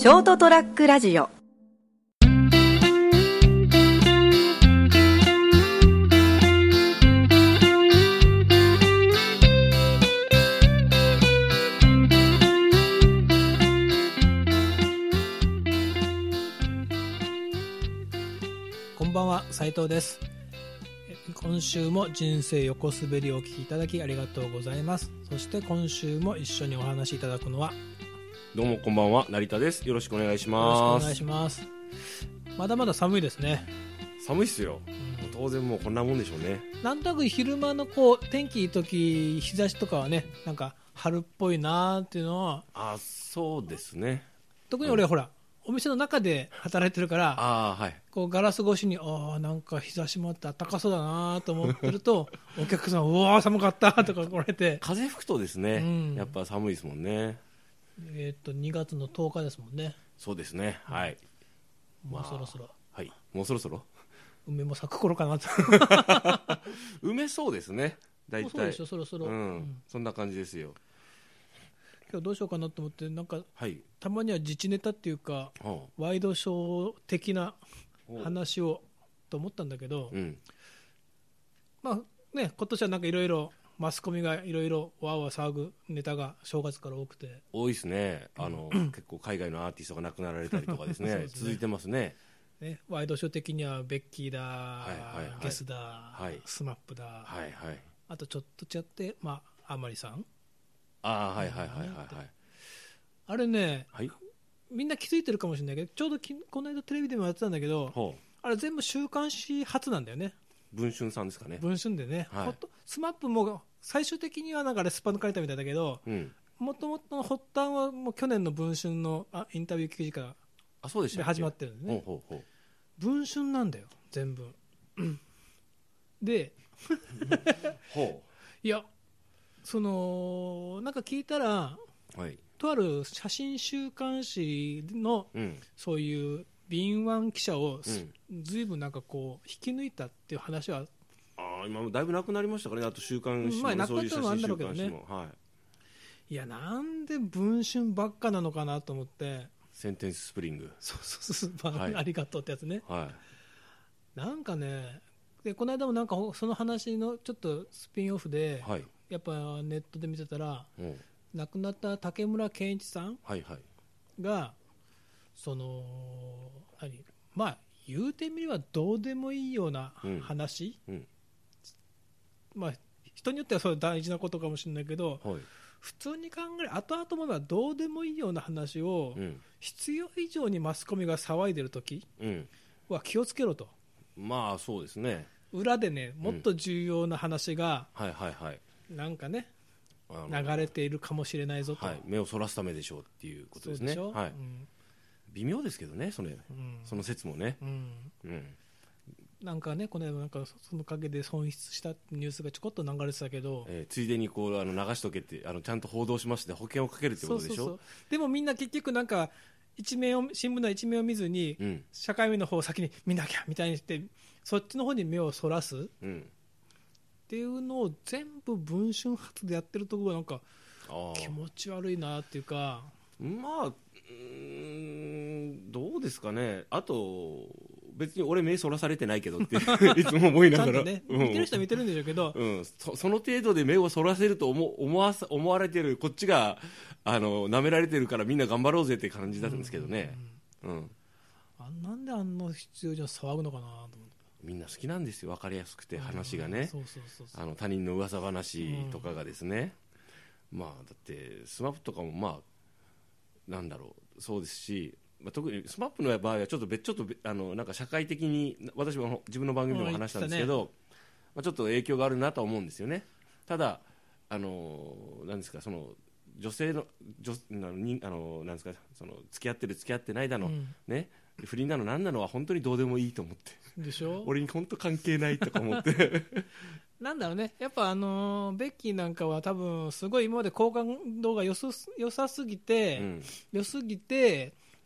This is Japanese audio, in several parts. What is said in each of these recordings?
ショートトラックラジオ。 こんばんは、斉藤です。今週も人生横滑りをお聞きいただきありがとうございます。そして今週も一緒にお話しいただくのは、 どうもこんばんは、成田です。よろしくお願いします。 よろしくお願いします。まだまだ寒いですね。 寒いっすよ、当然もうこんなもんでしょうね。 なんとなく昼間の天気いい時、日差しとかはね、なんか春っぽいなーっていうのは。 そうですね。 特に俺はほら、お店の中で働いてるから、 はい、 ガラス越しになんか日差しもあって暖かそうだなと思ってるとお客さんうわー寒かったとか来られて、 風吹くとですね、やっぱ寒いですもんね。 2月の10日ですもんね。 そうですね、はい、 もうそろそろ、 はい、もうそろそろ梅も咲く頃かなと梅そうですね、大体そうでしょ、そろそろ、 そんな感じですよ。 今日どうしようかなと思って、なんか、 はい、 たまには自治ネタっていうか、ワイドショー的な話をと思ったんだけど、まあね、今年はなんかいろいろマスコミがいろいろわーわー騒ぐネタが正月から多くて、 多いですね。結構海外のアーティストが亡くなられたりとかですねそうですね、 続いてますね。 ワイドショー的にはベッキーだ、ゲスだ、スマップだ、あとちょっと違って、あまりさん、あれね、みんな気づいてるかもしれないけど、ちょうどこの間テレビでもやってたんだけど、あれ全部週刊誌初なんだよね。 文春さんですかね。 文春でね、スマップも最終的にはなんかレスパン抜かれたみたいだけど、もともとの発端はもう去年の文春のインタビュー記事からで始まってるんですね。文春なんだよ全部でいや、なんか聞いたら、とある写真週刊誌の、そういう敏腕記者をずいぶんなんか引き抜いたっていう話は、 今だいぶなくなりましたからね。あと週刊誌も、そういう写真週刊誌も、 いや、なんで文春ばっかなのかなと思って。 センテンススプリング、 ありがとうってやつね、なんかね、でこの間もなんかその話のちょっとスピンオフで、やっぱネットで見てたら、亡くなった竹村健一さんが、言うてみればどうでもいいような話、人によってはそれ大事なことかもしれないけど、普通に考える後々思えばどうでもいいような話を、必要以上にマスコミが騒いでるときは気をつけろと。 そうですね。 裏でね、もっと重要な話が、なんかね、流れているかもしれないぞと、 目をそらすためでしょうっていうことですね。微妙ですけどね、その説もね。 なんかね、この間なんかその陰で損失したニュースがちょこっと流れてたけど、 ついでに流しとけって、ちゃんと報道しまして保険をかけるってことでしょ。 でもみんな結局なんか新聞の一面を見ずに、社会面の方を先に見なきゃみたいにして、そっちの方に目をそらす、っていうのを全部文春発でやってるところがなんか気持ち悪いなっていうか、 どうですかね。あと別に俺目そらされてないけどっていつも思いながら、 見てる人は見てるんでしょうけど、 その程度で目をそらせると思われてるこっちが舐められてるからみんな頑張ろうぜって感じなんですけどね。 なんであんな必要じゃ騒ぐのかなと思って。 みんな好きなんですよ、分かりやすくて話がね。他人の噂話とかがですね、だってスマップとかもなんだろう、そうですし、特にスマップの場合はちょっとなんか社会的に、私も自分の番組でも話したんですけど、ちょっと影響があるなとは思うんですよね。ただなんですか、その女性のなんですか、付き合ってる付き合ってないだの、不倫なの何なのは本当にどうでもいいと思ってでしょ。 俺に本当関係ないとか思ってなんだろうね、やっぱベッキーなんかは多分すごい今まで好感度が良さすぎて、良すぎて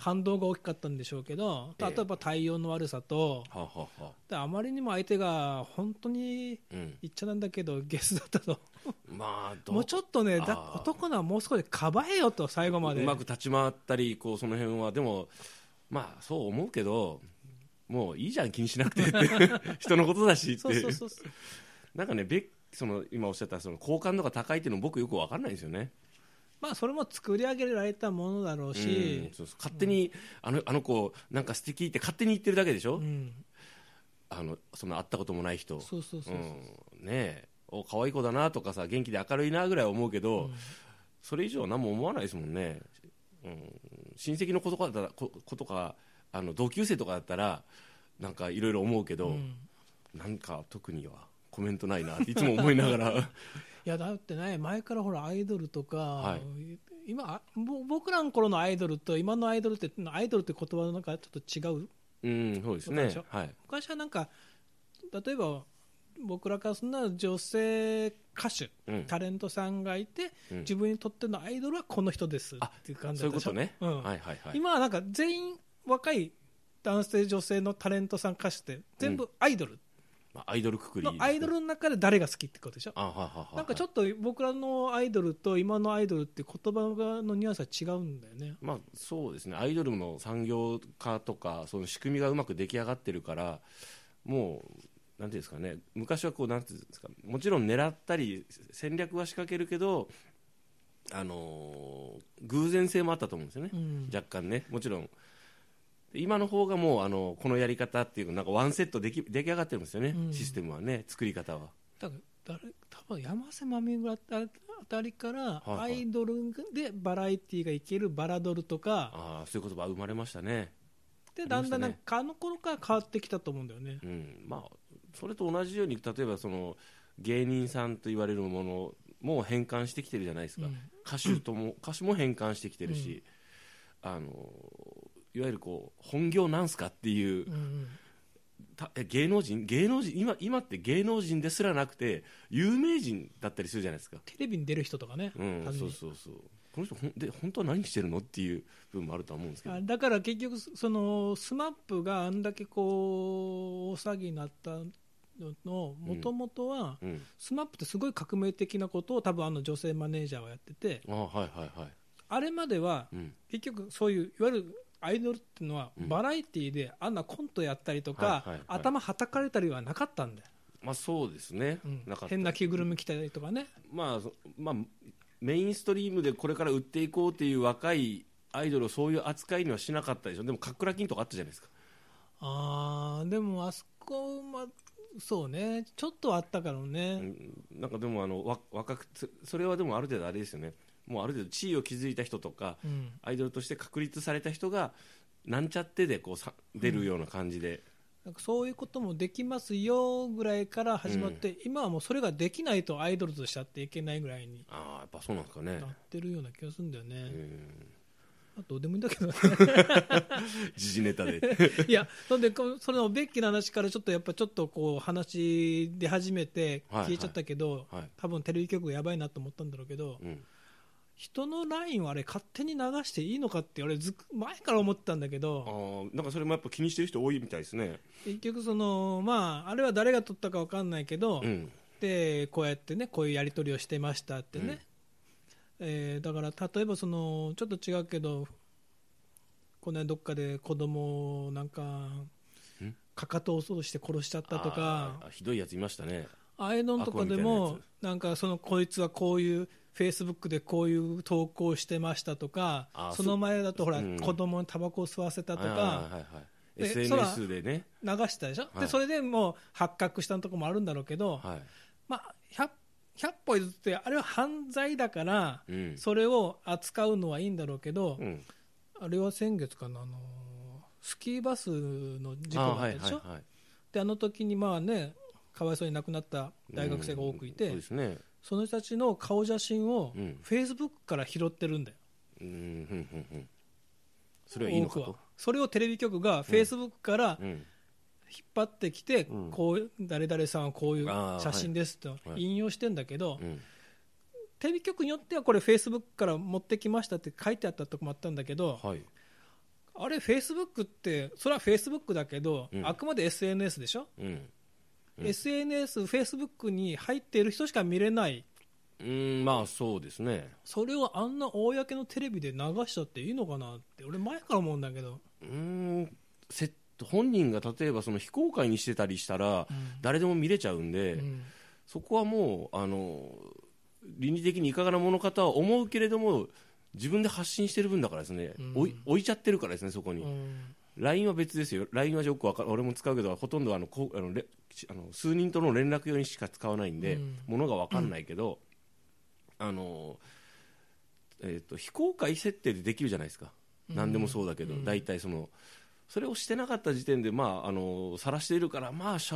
反動が大きかったんでしょうけど、例えば対応の悪さと、であまりにも相手が本当に言っちゃなんだけど、ゲスだったと、 まあ、 もうちょっとね、男のはもう少しかばえよと、最後までうまく立ち回ったりこうその辺はでも、まあそう思うけど、もういいじゃん気にしなくてって人のことだしって。なんかね、その今おっしゃったその好感度が高いっていうの僕よく分かんないんですよね。 まあ、それも作り上げられたものだろうし、 そう勝手に、あの子なんか素敵って勝手に言ってるだけでしょ、その会ったこともない人、ねえ、可愛い子だなとかさ、元気で明るいなぐらい思うけど、それ以上は何も思わないですもんね。親戚の子とか同級生とかだったらなんかいろいろ思うけど、なんか特にはコメントないなっていつも思いながらいやだってね、前からほらアイドルとか、今僕らの頃のアイドルと今のアイドルって言葉のなんかちょっと違う。 そうですね。 昔はなんか例えば僕らからするのは女性歌手、タレントさんがいて、自分にとってのアイドルはこの人ですっていう感じだったでしょ。 そういうことね。 今はなんか全員若い男性女性のタレントさん歌手って全部アイドル、 アイドルくくり、 アイドルの中で誰が好きってことでしょ。なんかちょっと僕らのアイドルと今のアイドルって言葉のニュアンスは違うんだよね。 まあそうですね。アイドルの産業化とかその仕組みがうまく出来上がってるから、もうなんていうんですかね、昔はこうなんていうんですか、もちろん狙ったり戦略は仕掛けるけど、偶然性もあったと思うんですよね、若干ね。もちろん今の方がもうこのやり方っていうなんかワンセット出来上がってるんですよね、システムはね、作り方は。 だから多分山瀬まみぐらあたりからアイドルでバラエティーがいけるバラドルとか、 そういう言葉生まれましたね。 でだんだんなんか頃から変わってきたと思うんだよね。 まあそれと同じように例えばその芸人さんと言われるものも変換してきてるじゃないですか、歌手も変換してきてるし、いわゆるこう本業なんすかっていう、芸能人今って芸能人ですらなくて有名人だったりするじゃないですか。 テレビに出る人とかね、 そうこの人本当は何してるのっていう部分もあるとは思うんですけど、 だから結局そのスマップがあんだけこう大騒ぎになったのもともとは、スマップってすごい革命的なことを多分女性マネージャーはやってて、あれまでは、結局そういういわゆるアイドルっていうのはバラエティーであんなコントやったりとか、頭はたかれたりはなかったんだよ。 まあそうですね、 変な着ぐるみ着たりとかね、 まあメインストリームでこれから売っていこうという若いアイドルをそういう扱いにはしなかったでしょ。でもカックラキンとかあったじゃないですか。 でもあそこ、そうね、ちょっとあったからね、 なんかでも若くそれはでもある程度あれですよね、もうある程度地位を築いた人とか、アイドルとして確立された人がなんちゃってでこう出るような感じで、 なんかそういうこともできますよぐらいから始まって、今はもうそれができないとアイドルとしてやっていけないぐらいにやっぱそうなんですかね、 なってるような気がするんだよね。どうでもいいんだけどね時事ネタでいや、それでそのベッキーの話からちょっとこう話出始めて消えちゃったけど、多分テレビ局がやばいなと思ったんだろうけど、人のラインをあれ勝手に流していいのかって俺前から思ってたんだけど、 なんかそれもやっぱ気にしてる人多いみたいですね。 結局あれは誰が撮ったか分かんないけど、でこうやってねこういうやり取りをしてましたってね、だから例えばちょっと違うけど、この間どっかで子供をなんかかかとを落として殺しちゃったとか、 ひどいやついましたね。 ああいうのとかでもなんかこいつはこういうフェイスブックでこういう投稿してましたとか、その前だとほら、子供にタバコを吸わせたとか、 SNS でね流したでしょ、でそれでもう発覚したところもあるんだろうけど、100歩譲ってあれは犯罪だから、それを扱うのはいいんだろうけど、あれは先月かな、スキーバスの事故だったでしょ、であの時にかわいそうに亡くなった大学生が多くいて、 そうですね、 その人たちの顔写真をフェイスブックから拾ってるんだよ。 それはいいのかと。 それをテレビ局がフェイスブックから引っ張ってきて、こう誰々さんはこういう写真ですと引用してんだけど、テレビ局によってはこれフェイスブックから持ってきましたって書いてあったとこもあったんだけど、 あれフェイスブックってそれはフェイスブックだけど、あくまで SNS でしょ、SNS フェイスブックに入っている人しか見れない。 まあそうですね。 それをあんな公のテレビで流しちゃっていいのかなって俺前から思うんだけど。 本人が例えばその非公開にしてたりしたら、誰でも見れちゃうんで、そこはもう倫理的にいかがなものかとは思うけれども、自分で発信してる分だからですね、置いちゃってるからですね、そこに。LINE は別ですよ。 LINE はよく俺も使うけど、ほとんど数人との連絡用にしか使わないんで、ものが分かんないけど、非公開設定でできるじゃないですか、何でもそうだけど、大体それをしてなかった時点で晒しているから、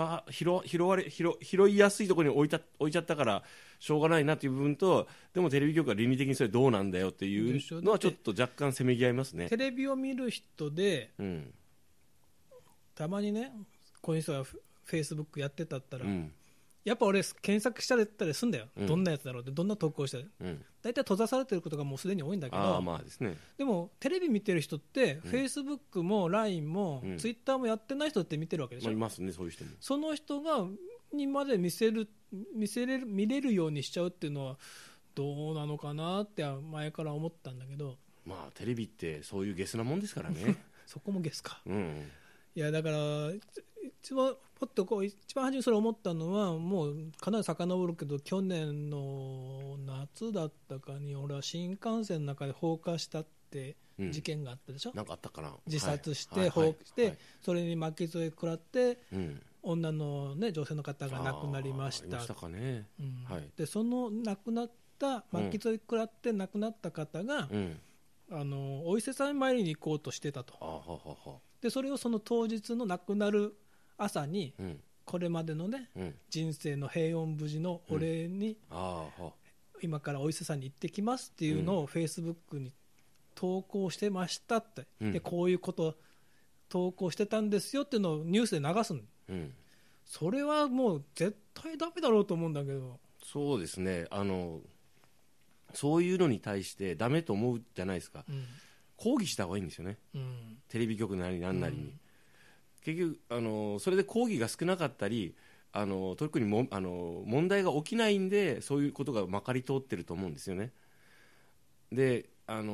拾いやすいところに置いちゃったからしょうがないなという部分と、でもテレビ局は倫理的にそれどうなんだよっていうのはちょっと若干せめぎ合いますね。 テレビを見る人で、たまにね、こういう人がフェイスブックやってたったら、やっぱ俺検索したりするんだよ、どんなやつだろうって、どんな投稿してる、大体閉ざされてることがもうすでに多いんだけど、 ですね、 でもテレビ見てる人って、フェイスブックも LINE も、ツイッターもやってない人って見てるわけでしょ。 いますね、そういう人も。 その人にまで見れるようにしちゃうっていうのはどうなのかなって前から思ったんだけど、 テレビってそういうゲスなもんですからねそこもゲスか、いやだから一番初めにそれ思ったのは、もうかなり遡るけど、去年の夏だったかに俺は新幹線の中で放火したって事件があったでしょ、 なんかあったかな。 自殺して放火して、それに巻き添え食らって、女の、女性の方が亡くなりました。でその亡くなった巻き添え食らって亡くなった方が、お伊勢さん参りに行こうとしてたと。でそれをその当日の亡くなる朝に、これまでのね、人生の平穏無事のお礼に、今からお伊勢さんに行ってきますっていうのをフェイスブックに投稿してましたって、でこういうこと投稿してたんですよっていうのをニュースで流すの、それはもう絶対ダメだろうと思うんだけど。 そうですね、そういうのに対してダメと思うじゃないですか、抗議した方がいいんですよね、テレビ局なりなんなりに。結局それで抗議が少なかったり、特に問題が起きないんで、そういうことがまかり通ってると思うんですよね。で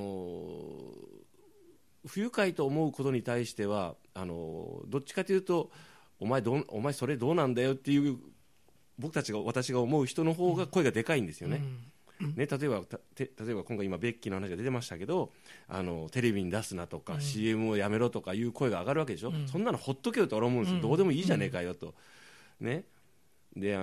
不愉快と思うことに対してはどっちかというと、お前それどうなんだよっていう私が思う人の方が声がでかいんですよね。例えば今回ベッキーの話が出てましたけど、テレビに出すなとか、CM をやめろとかいう声が上がるわけでしょ、そんなのほっとけよと俺は思うんですよ、どうでもいいじゃねえかよと、ね。で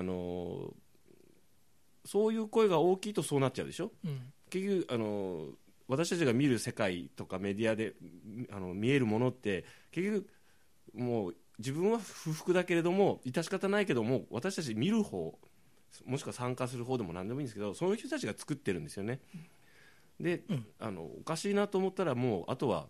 そういう声が大きいとそうなっちゃうでしょ、結局私たちが見る世界とかメディアで見えるものって結局もう自分は不服だけれども致し方ないけども、私たち見る方もしくは参加する方でも何でもいいんですけど、そういう人たちが作ってるんですよね。で、おかしいなと思ったら、もうあとは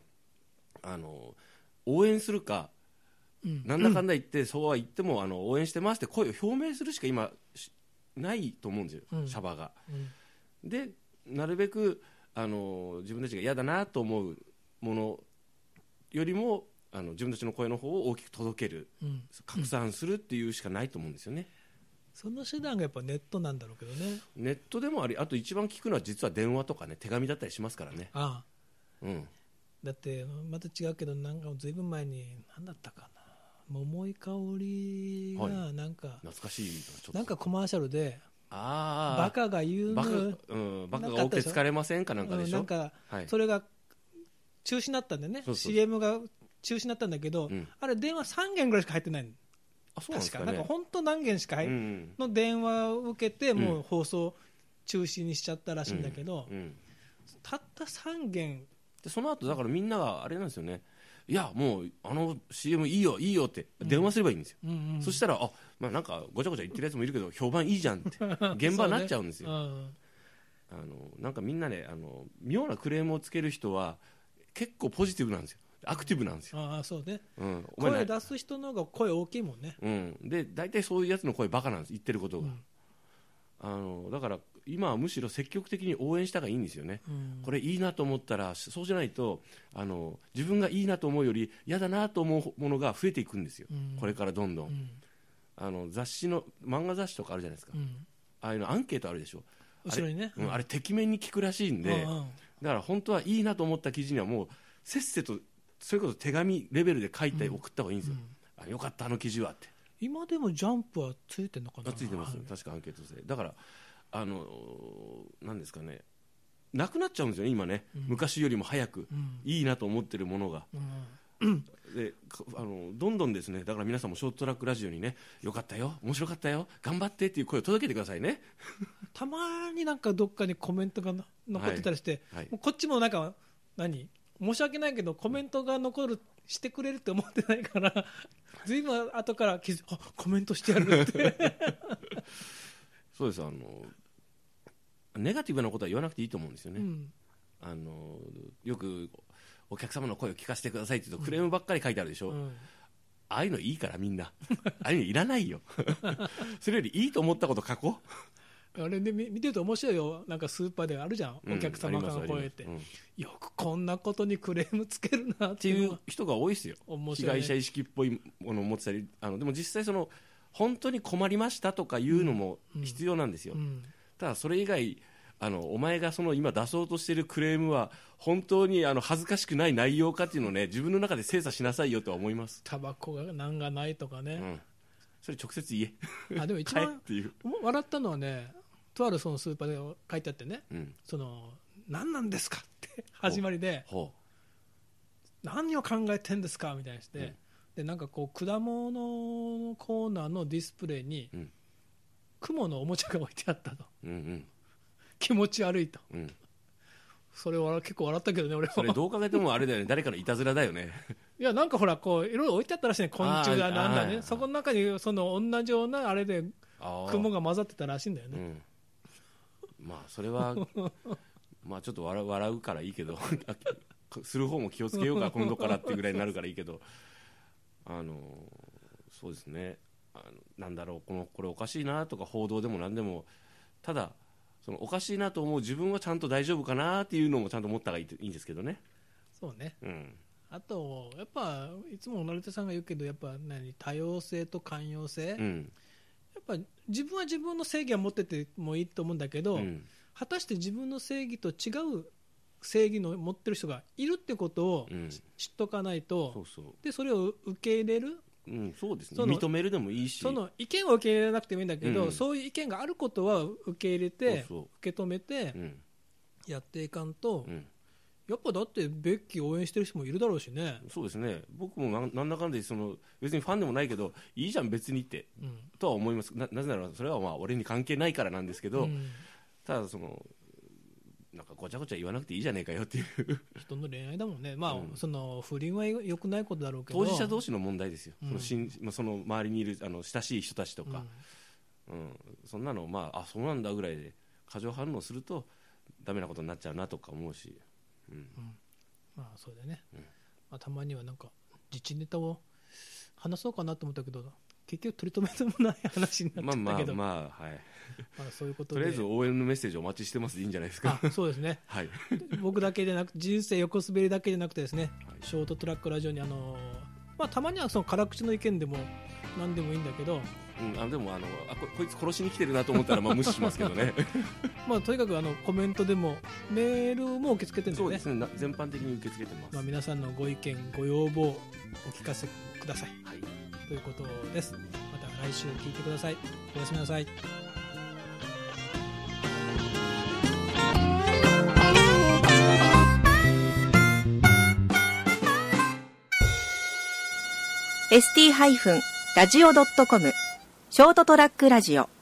応援するか、なんだかんだ言って、そうは言っても応援してますって声を表明するしか今ないと思うんですよ、シャバが。でなるべく自分たちが嫌だなと思うものよりも自分たちの声の方を大きく届ける、拡散するっていうしかないと思うんですよね。 その手段がやっぱネットなんだろうけどね。 ネットでもあと一番聞くのは実は電話とかね、手紙だったりしますからね。 だってまた違うけど、なんかずいぶん前に何だったかな、桃井かおりがなんか、 懐かしい、ちょっとなんかコマーシャルでバカが言うバカが多くて疲れませんかなんかでしょ、 なんかそれが中止になったんでね、CM が中止になったんだけど、あれ電話3件ぐらいしか入ってないの。確かなんか本当何件しかの電話を受けて、もう放送中止にしちゃったらしいんだけど、たった3件で、その後だからみんながあれなんですよね、いやもうCM いいよいいよって電話すればいいんですよ、そしたらなんかごちゃごちゃ言ってるやつもいるけど評判いいじゃんって現場になっちゃうんですよ。なんかみんなね妙なクレームをつける人は結構ポジティブなんですよ、アクティブなんですよ。 そうね、声出す人の方が声大きいもんね。 で大体そういうやつの声バカなんです、言ってることが。だから今はむしろ積極的に応援した方がいいんですよね、これいいなと思ったら、そうじゃないと自分がいいなと思うより嫌だなと思うものが増えていくんですよ、これからどんどん、雑誌の漫画雑誌とかあるじゃないですか、ああいうのアンケートあるでしょ、 後ろにね、 あれてきめんに聞くらしいんで、だから本当はいいなと思った記事にはもうせっせとそれこそ手紙レベルで書いて送った方がいいんですよ、よかったあの記事はって。 今でもジャンプはついてるのかな。 ついてます、確かアンケートで。だからなんですかね、なくなっちゃうんですよね今ね、昔よりも早く、いいなと思ってるものが、でどんどんですね、だから皆さんもショートトラックラジオにね、よかったよ、面白かったよ、頑張ってっていう声を届けてくださいね。 たまになんかどっかにコメントが残ってたりして、もうこっちもなんか申し訳ないけどコメントが残るしてくれるって思ってないからずいぶん後からコメントしてやるってそうです、ネガティブなことは言わなくていいと思うんですよね、よくお客様の声を聞かせてくださいって言うとクレームばっかり書いてあるでしょ、ああいうのいいからみんなああいうのいらないよそれよりいいと思ったこと書こう。 あれで見てると面白いよ、なんかスーパーであるじゃん、お客様からの声って、よくこんなことにクレームつけるなっていう人が多いですよ、被害者意識っぽいものを持ってたり、でも実際本当に困りましたとかいうのも必要なんですよ、ただそれ以外お前が今出そうとしているクレームは本当に恥ずかしくない内容かっていうのをね、自分の中で精査しなさいよとは思います。 タバコが難がないとかね、 それ直接言えでも一番笑ったのはね、とあるそのスーパーで書いてあってね、何なんですかって始まりで、何を考えてんですかみたいにして、でなんかこう果物のコーナーのディスプレイに、雲のおもちゃが置いてあったと、気持ち悪いと、それは結構笑ったけどね俺は。 それどう考えてもあれだよね、誰かのいたずらだよねいやなんかほらこういろいろ置いてあったらしいね、昆虫がなんだね、そこの中に同じようなあれで雲が混ざってたらしいんだよね、 まあそれはまあちょっと笑うからいいけどする方も気をつけようか今度からっていうぐらいになるからいいけどそうですね、なんだろう、これおかしいなとか報道でも何でも、ただおかしいなと思う自分はちゃんと大丈夫かなっていうのもちゃんと思ったらいいんですけどね。 そうね、あとやっぱいつも成田さんが言うけど、やっぱ多様性と寛容性、やっぱ自分は自分の正義は持っててもいいと思うんだけど、果たして自分の正義と違う正義の持ってる人がいるってことを知っとかないと、でそれを受け入れる、 そうですね、認めるでもいいし、 その意見は受け入れなくてもいいんだけど、そういう意見があることは受け入れて受け止めてやっていかんと、やっぱだってベッキー応援してる人もいるだろうしね。 そうですね、僕もなんだかんだで別にファンでもないけどいいじゃん別にって、とは思います。なぜならそれはまあ俺に関係ないからなんですけど、ただなんかごちゃごちゃ言わなくていいじゃねえかよっていう人の恋愛だもんね、まあ不倫は良くないことだろうけど、 当事者同士の問題ですよ、その周りにいる親しい人たちとか、そんなのそうなんだぐらいで過剰反応するとダメなことになっちゃうなとか思うし、 まあそうだね、たまにはなんか自治ネタを話そうかなと思ったけど結局取り留めてもない話になっちゃったけど、そういうことでとりあえず応援のメッセージお待ちしてます。いいんじゃないですか。 そうですね、僕だけでなく人生横滑りだけじゃなくてですね、ショートトラックラジオにたまには辛口の意見でも何でもいいんだけど、 でもこいつ殺しに来てるなと思ったら無視しますけどねとにかくコメントでもメールも受け付けてるんですね。 そうですね、全般的に受け付けてます。 皆さんのご意見ご要望お聞かせください、ということです。また来週聞いてください。おやすみなさい。 ST-radio.com ショートトラックラジオ